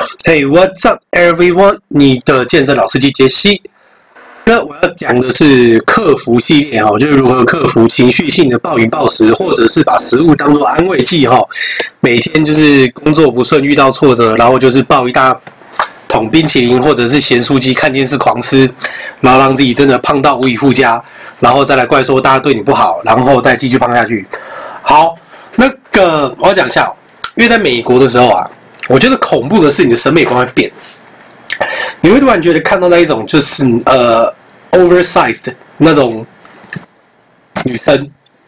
Hey, what's up, everyone？ 你的健身老司机杰西。那我要讲的是克服系列哈，就是如何克服情绪性的暴饮暴食，或者是把食物当作安慰剂哈。每天就是工作不顺，遇到挫折，然后就是爆一大桶冰淇淋或者是咸酥鸡，看电视狂吃，然后让自己真的胖到无以复加，然后再来怪说大家对你不好，然后再继续胖下去。好，那个我要讲一下，因为在美国的时候啊。我觉得恐怖的是你的审美观会变，你会突然觉得看到那一种就是oversized 那种女生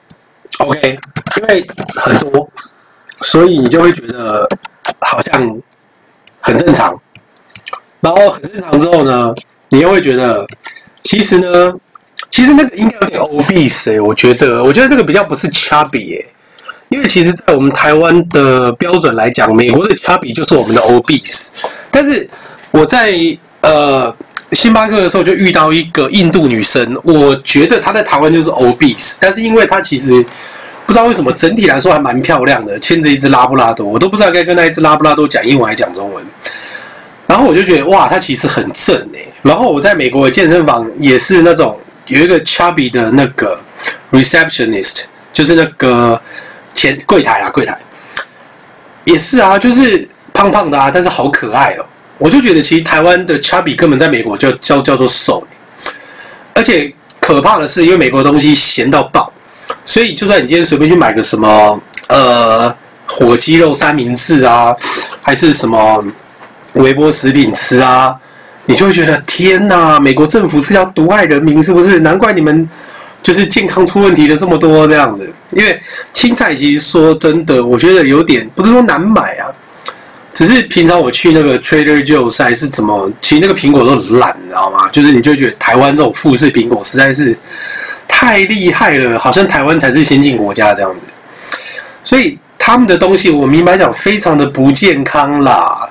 ，OK， 因为很多，所以你就会觉得好像很正常，然后很正常之后呢，你又会觉得其实那个应该有点 obese 我觉得这个比较不是 chubby 因为其实，在我们台湾的标准来讲，美国的 chubby 就是我们的 obese。但是我在星巴克的时候就遇到一个印度女生，我觉得她在台湾就是 obese， 但是因为她其实不知道为什么整体来说还蛮漂亮的，牵着一只拉布拉多，我都不知道该跟那一只拉布拉多讲英文还讲中文。然后我就觉得哇，她其实很正然后我在美国的健身房也是那种有一个 chubby 的那个 receptionist， 就是那个。柜台也是啊，就是胖胖的啊，但是好可爱哦。我就觉得其实台湾的 chubby 根本在美国就叫做瘦，而且可怕的是，因为美国的东西咸到爆，所以就算你今天随便去买个什么火鸡肉三明治啊，还是什么微波食品吃啊，你就会觉得天哪，美国政府是要毒害人民是不是？难怪你们。就是健康出问题的这么多这样子，因为青菜其实说真的，我觉得有点不是说难买啊，只是平常我去那个 Trader Joe's 还是怎么，其实那个苹果都很烂，你知道吗？就是你就会觉得台湾这种富士苹果实在是太厉害了，好像台湾才是先进国家这样子，所以他们的东西我明白讲非常的不健康啦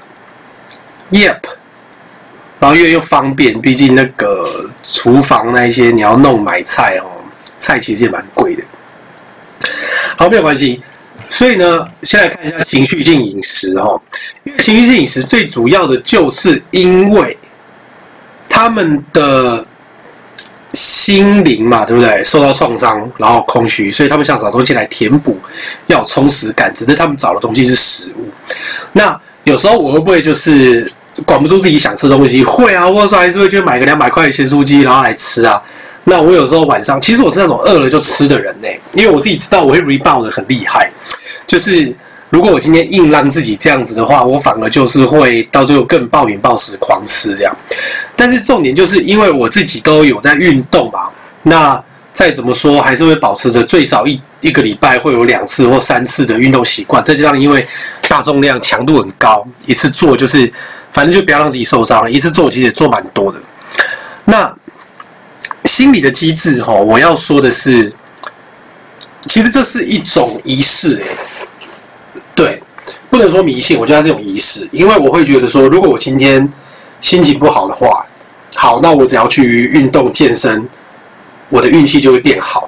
，Yep。然后又方便，毕竟那个厨房那一些你要买菜菜其实也蛮贵的。好，没有关系。所以呢，先来看一下情绪性饮食因为情绪性饮食最主要的就是因为他们的心灵嘛，对不对？受到创伤，然后空虚，所以他们想找东西来填补，要有充实感。只是他们找的东西是食物。那有时候我会不会就是管不住自己想吃东西？会啊，我有时候还是会去买个200块的咸酥鸡，然后来吃啊。那我有时候晚上，其实我是那种饿了就吃的人因为我自己知道我会 rebound 的很厉害。就是如果我今天硬让自己这样子的话，我反而就是会到最后更暴饮暴食狂吃这样。但是重点就是因为我自己都有在运动嘛，那再怎么说还是会保持着最少一个礼拜会有2次或3次的运动习惯。再加上因为大重量强度很高，一次做就是反正就不要让自己受伤，一次做其实也做蛮多的。那心理的机制我要说的是，其实这是一种仪式对，不能说迷信，我觉得它是一种仪式，因为我会觉得说，如果我今天心情不好的话，好，那我只要去运动健身，我的运气就会变好。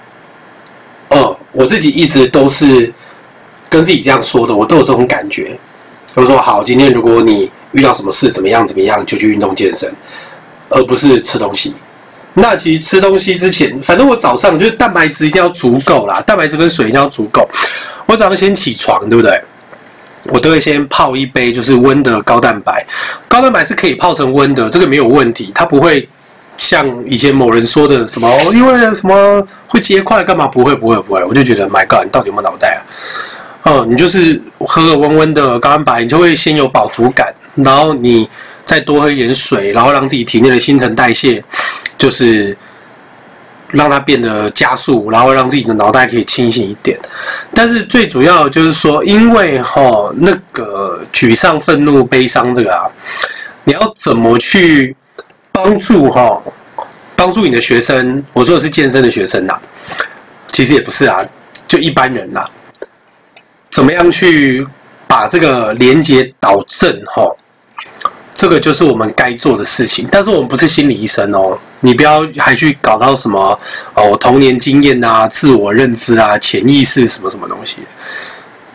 我自己一直都是跟自己这样说的，我都有这种感觉。我说好，今天如果你遇到什么事怎么样就去运动健身，而不是吃东西。那其实吃东西之前，反正我早上就是蛋白质一定要足够啦，蛋白质跟水一定要足够。我早上先起床，对不对？我都会先泡一杯就是温的高蛋白，高蛋白是可以泡成温的，这个没有问题，它不会像以前某人说的什么因为什么会结块干嘛？不会，我就觉得 My God， 你到底有没有脑袋啊？你就是喝个温温的高蛋白，你就会先有饱足感，然后你再多喝一点水，然后让自己体内的新陈代谢就是让它变得加速，然后让自己的脑袋可以清醒一点。但是最主要就是说，因为那个沮丧、愤怒、悲伤这个你要怎么去帮助你的学生？我说的是健身的学生其实也不是就一般人怎么样去把这个连结导正这个就是我们该做的事情。但是我们不是心理医生你不要还去搞到什么童年经验自我认知潜意识什么什么东西，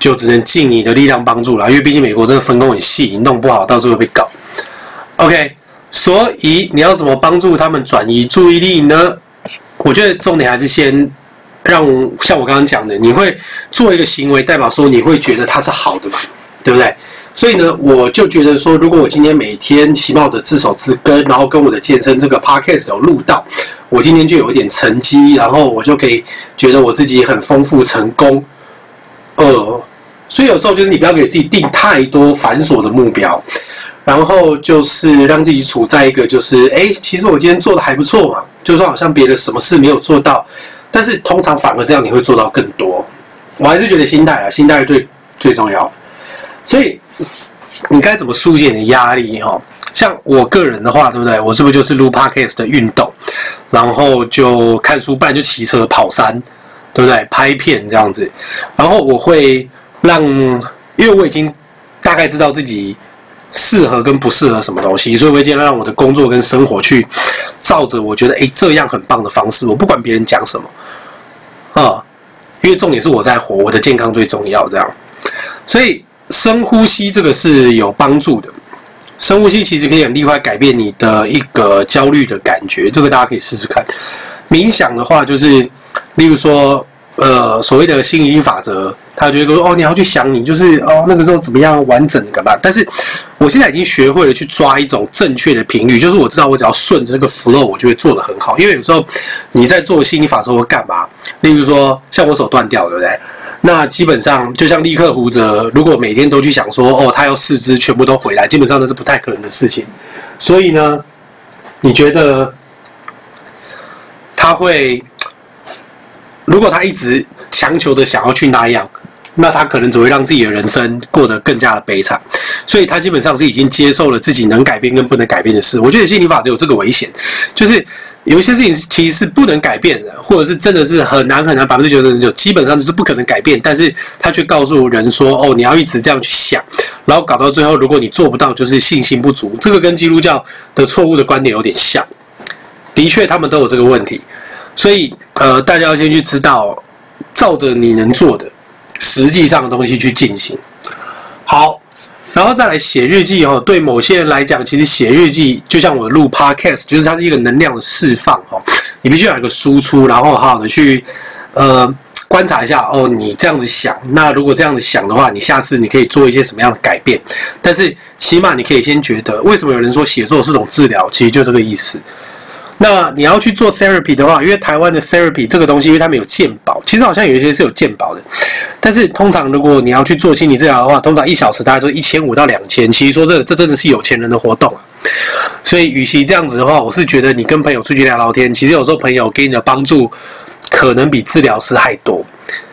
就只能尽你的力量帮助了，因为毕竟美国这个分工很细，你弄不好到最后会被告。OK， 所以你要怎么帮助他们转移注意力呢？我觉得重点还是先让像我刚刚讲的，你会做一个行为，代表说你会觉得它是好的嘛，对不对？所以呢，我就觉得说，如果我今天每天起码的自守自根，然后跟我的健身这个 podcast 有录到，我今天就有一点成绩，然后我就可以觉得我自己很丰富成功。所以有时候就是你不要给自己定太多繁琐的目标，然后就是让自己处在一个就是其实我今天做的还不错嘛，就算好像别的什么事没有做到，但是通常反而这样你会做到更多。我还是觉得心态最重要。所以你该怎么疏解你的压力哈？像我个人的话，对不对？我是不是就是录 podcast 的运动，然后就看书，不然就骑车跑山，对不对？拍片这样子，然后我会因为我已经大概知道自己适合跟不适合什么东西，所以我会尽量让我的工作跟生活去照着我觉得这样很棒的方式，我不管别人讲什么因为重点是我在活，我的健康最重要，这样。所以深呼吸这个是有帮助的，深呼吸其实可以很厉害改变你的一个焦虑的感觉，这个大家可以试试看。冥想的话就是，例如说所谓的吸引力法则，他就会说你要去想你就是那个时候怎么样完整的干嘛。但是我现在已经学会了去抓一种正确的频率，就是我知道我只要顺着这个 flow， 我就会做得很好。因为有时候你在做吸引力法则或干嘛，例如说像我手断掉，对不对？那基本上就像立刻胡哲，如果每天都去想说他要四肢全部都回来，基本上那是不太可能的事情。所以呢，你觉得他会？如果他一直强求的想要去那样，那他可能只会让自己的人生过得更加的悲惨。所以他基本上是已经接受了自己能改变跟不能改变的事。我觉得吸引力法则有这个危险，就是有一些事情其实是不能改变的，或者是真的是很难99%基本上就是不可能改变，但是他却告诉人说你要一直这样去想，然后搞到最后如果你做不到就是信心不足。这个跟基督教的错误的观点有点像，的确他们都有这个问题。所以大家要先去知道，照着你能做的实际上的东西去进行。好，然后再来写日记对某些人来讲，其实写日记就像我录 podcast， 就是它是一个能量的释放你必须有一个输出，然后好好的去观察一下你这样子想，那如果这样子想的话，你下次你可以做一些什么样的改变。但是起码你可以先觉得，为什么有人说写作是种治疗，其实就这个意思。那你要去做 therapy 的话，因为台湾的 therapy 这个东西，因为他们有健保，其实好像有一些是有健保的，但是通常如果你要去做心理治疗的话，通常1小时大概都1500到2000，其实说这真的是有钱人的活动啊。所以与其这样子的话，我是觉得你跟朋友出去聊聊天，其实有时候朋友给你的帮助可能比治疗师还多。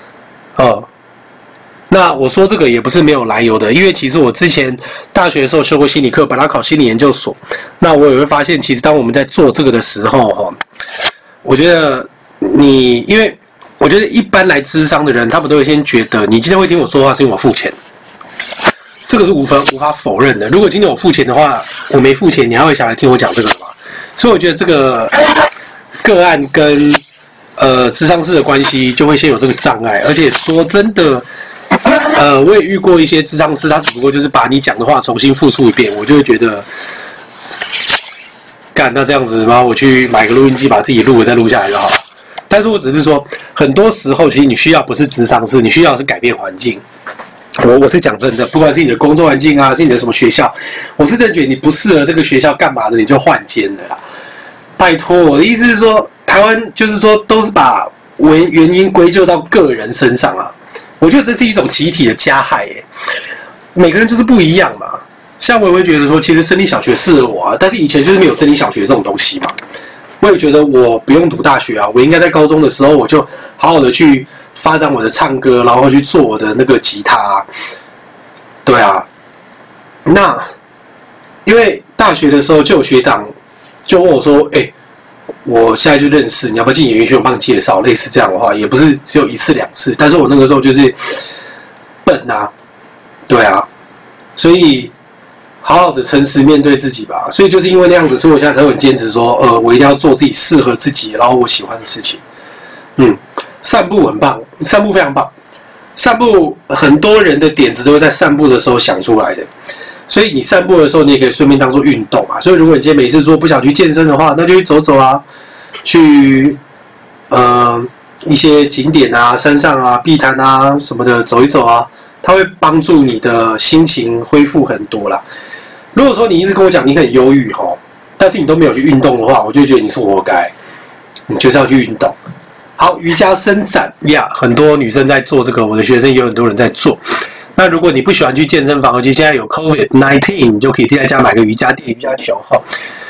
那我说这个也不是没有来由的，因为其实我之前大学的时候修过心理课，本来考心理研究所，那我也会发现，其实当我们在做这个的时候，我觉得因为我觉得一般来咨商的人，他们都会先觉得你今天会听我说话是因为我付钱，这个是无法否认的。如果今天我付钱的话，我没付钱，你还会想来听我讲这个吗？所以我觉得这个个案跟咨商师的关系就会先有这个障碍，而且说真的。我也遇过一些諮商师，他只不过就是把你讲的话重新复述一遍，我就会觉得，那这样子吗？我去买个录音机，把自己录了再录下来就好了。但是我只是说，很多时候其实你需要不是諮商师，你需要的是改变环境。我是讲真的，不管是你的工作环境啊，是你的什么学校，我是真的觉得你不适合这个学校干嘛的，你就换间的啦。拜托，我的意思是说，台湾就是说都是把原因归咎到个人身上啊。我觉得这是一种集体的加害每个人就是不一样嘛。像我也会觉得说，其实森林小学适合我但是以前就是没有森林小学这种东西嘛。我也觉得我不用读大学我应该在高中的时候我就好好的去发展我的唱歌，然后去做我的那个吉他对啊，那因为大学的时候就有学长就问我说，我现在就认识，你要不要进演艺圈？我帮你介绍。类似这样的话，也不是只有1次2次，但是我那个时候就是笨对啊，所以好好的诚实面对自己吧。所以就是因为那样子，所以我现在才会很坚持说，我一定要做自己适合自己，然后我喜欢的事情。散步很棒，散步非常棒。 散步很多人的点子都会在散步的时候想出来的，所以你散步的时候，你也可以顺便当做运动嘛。所以如果你今天没事做，不想去健身的话，那就去走走啊，去一些景点啊、山上啊、碧潭啊什么的走一走啊，它会帮助你的心情恢复很多啦。如果说你一直跟我讲你很忧郁吼，但是你都没有去运动的话，我就觉得你是活该，你就是要去运动。好，瑜伽伸展呀，很多女生在做这个，我的学生也有很多人在做。那如果你不喜欢去健身房，尤其现在有 COVID-19， 你就可以在家买个瑜伽垫、瑜伽球哈。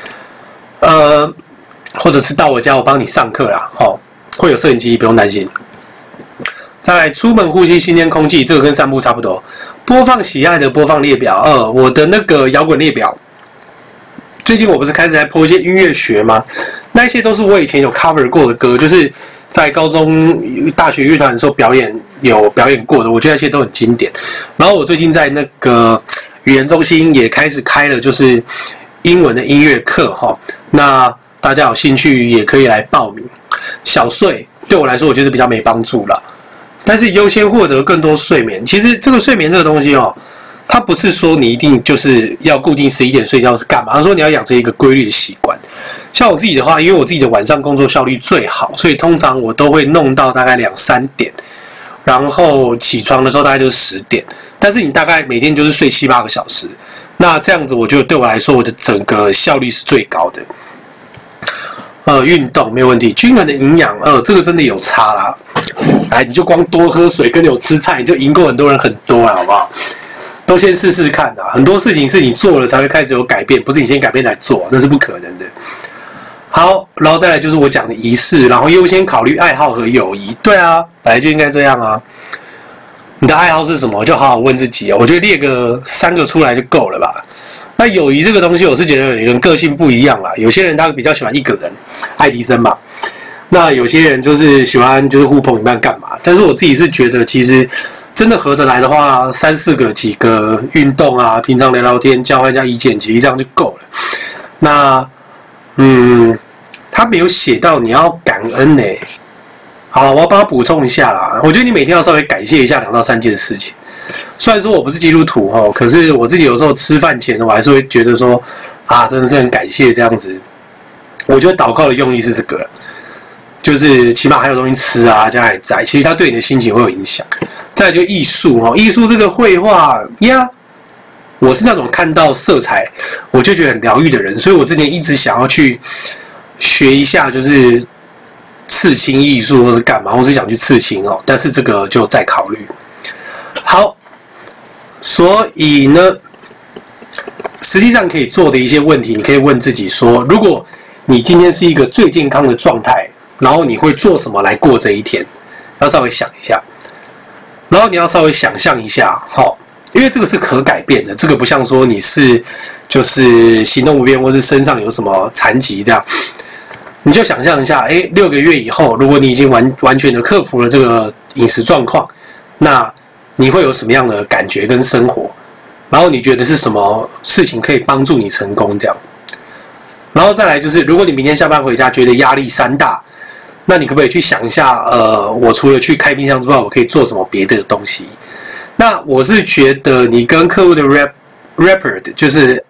或者是到我家，我帮你上课啦，哈，会有摄影机，不用担心。再来，出门呼吸新鲜空气，这个跟散步差不多。播放喜爱的播放列表，我的那个摇滚列表，最近我不是开始在播一些音乐学吗？那些都是我以前有 cover 过的歌，就是在高中、大学乐团的时候有表演过的，我觉得那些都很经典。然后我最近在那个语言中心也开始开了，就是英文的音乐课哈。那大家有兴趣也可以来报名。小睡对我来说，我觉得比较没帮助啦，但是优先获得更多睡眠。其实这个睡眠这个东西哦，它不是说你一定就是要固定11点睡觉是干嘛？他说你要养成一个规律的习惯。像我自己的话，因为我自己的晚上工作效率最好，所以通常我都会弄到大概2、3点，然后起床的时候大概就是10点。但是你大概每天就是睡7、8个小时，那这样子我觉得对我来说，我的整个效率是最高的。运动没有问题，均衡的营养，这个真的有差啦。来，你就光多喝水跟有吃菜，你就赢过很多人很多了，好不好？都先试试看啊！很多事情是你做了才会开始有改变，不是你先改变来做，那是不可能的。好，然后再来就是我讲的仪式，然后优先考虑爱好和友谊。对啊，本来就应该这样啊。你的爱好是什么？就好好问自己。我觉得列个3个出来就够了吧。那友谊这个东西，我是觉得有人个性不一样啦。有些人他比较喜欢一个人，爱迪生嘛。那有些人就是喜欢就是呼朋引伴干嘛。但是我自己是觉得，其实真的合得来的话，3、4个几个运动啊，平常聊聊天，交换一下意见，其实这样就够了。那他没有写到你要感恩呢。好，我要帮他补充一下啦。我觉得你每天要稍微感谢一下2到3件事情。虽然说我不是基督徒哦，可是我自己有时候吃饭前，我还是会觉得说啊，真的是很感谢这样子。我觉得祷告的用意是这个，就是起码还有东西吃啊，家还在，其实它对你的心情会有影响。再来就艺术哦，艺术这个绘画呀，我是那种看到色彩我就觉得很疗愈的人，所以我之前一直想要去学一下，就是刺青艺术或是干嘛，我是想去刺青哦，但是这个就再考虑。好，所以呢，实际上可以做的一些问题，你可以问自己说：如果你今天是一个最健康的状态，然后你会做什么来过这一天？要稍微想一下，然后你要稍微想象一下，好，因为这个是可改变的，这个不像说你是就是行动不便或是身上有什么残疾这样，你就想象一下，6个月以后，如果你已经完全的克服了这个饮食状况，那你会有什么样的感觉跟生活？然后你觉得是什么事情可以帮助你成功这样？然后再来就是，如果你明天下班回家觉得压力山大，那你可不可以去想一下，我除了去开冰箱之外，我可以做什么别的东西？那我是觉得你跟客户的 rapport 就是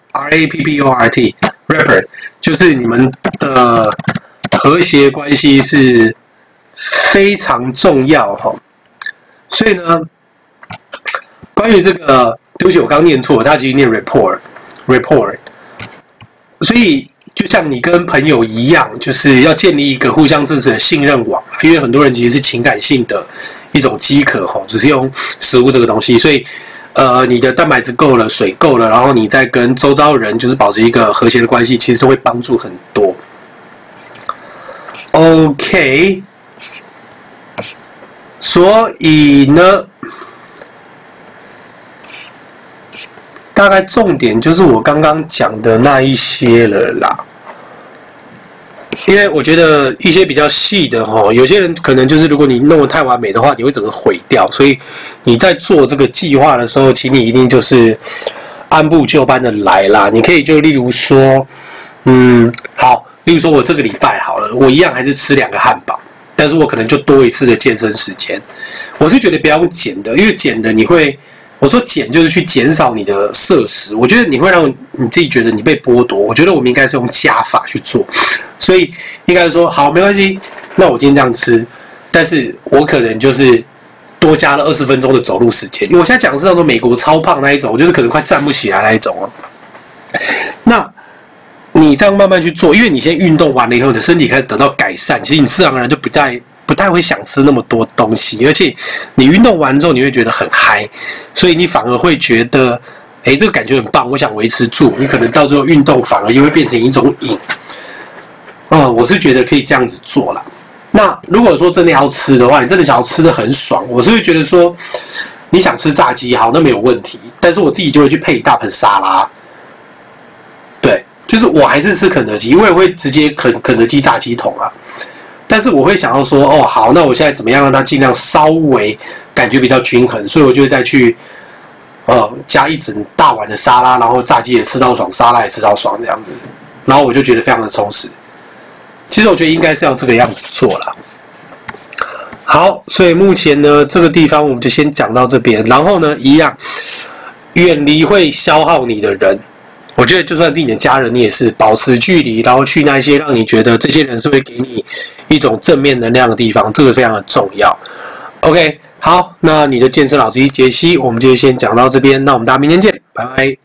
RAPPORT rapport 就是你们的和谐关系是非常重要哈。所以呢，关于这个，对不起，我刚念错，他其实念 report， 所以就像你跟朋友一样，就是要建立一个互相支持的信任网，因为很多人其实是情感性的一种饥渴哈，只是用食物这个东西，所以你的蛋白质够了，水够了，然后你再跟周遭人就是保持一个和谐的关系，其实会帮助很多。OK。所以呢，大概重点就是我刚刚讲的那一些了啦。因为我觉得一些比较细的有些人可能就是如果你弄得太完美的话，你会整个毁掉。所以你在做这个计划的时候，请你一定就是按部就班的来啦。你可以就例如说，好，例如说我这个礼拜好了，我一样还是吃2个汉堡。 但是我可能就多一次的健身时间。我是觉得不要用减的，因为减的你会，我说减就是去减少你的摄食，我觉得你会让你自己觉得你被剥夺。我觉得我们应该是用加法去做，所以应该是说好没关系，那我今天这样吃，但是我可能就是多加了20分钟的走路时间。因为我现在讲的是那种美国超胖那一种，就是可能快站不起来那一种哦。那你这样慢慢去做，因为你先运动完了以后，你的身体开始得到改善，其实你自然而然就不太会想吃那么多东西，而且你运动完之后你会觉得很嗨，所以你反而会觉得，这个感觉很棒，我想维持住。你可能到最后运动反而又会变成一种瘾。我是觉得可以这样子做啦。那如果说真的要吃的话，你真的想要吃的很爽，我是会觉得说，你想吃炸鸡好，那没有问题，但是我自己就会去配一大盆沙拉。对，就是我还是吃肯德基，我也会直接肯德基炸鸡桶啊。但是我会想要说，好，那我现在怎么样让它尽量稍微感觉比较均衡，所以我就会再去加一整大碗的沙拉，然后炸鸡也吃到爽，沙拉也吃到爽这样子，然后我就觉得非常的充实。其实我觉得应该是要这个样子做啦。好，所以目前呢这个地方我们就先讲到这边，然后呢一样远离会消耗你的人。我觉得就算是你的家人，你也是保持距离，然后去那些让你觉得这些人是会给你一种正面能量的地方，这个非常的重要。OK， 好，那你的健身老司机杰西，我们就先讲到这边，那我们大家明天见，拜拜。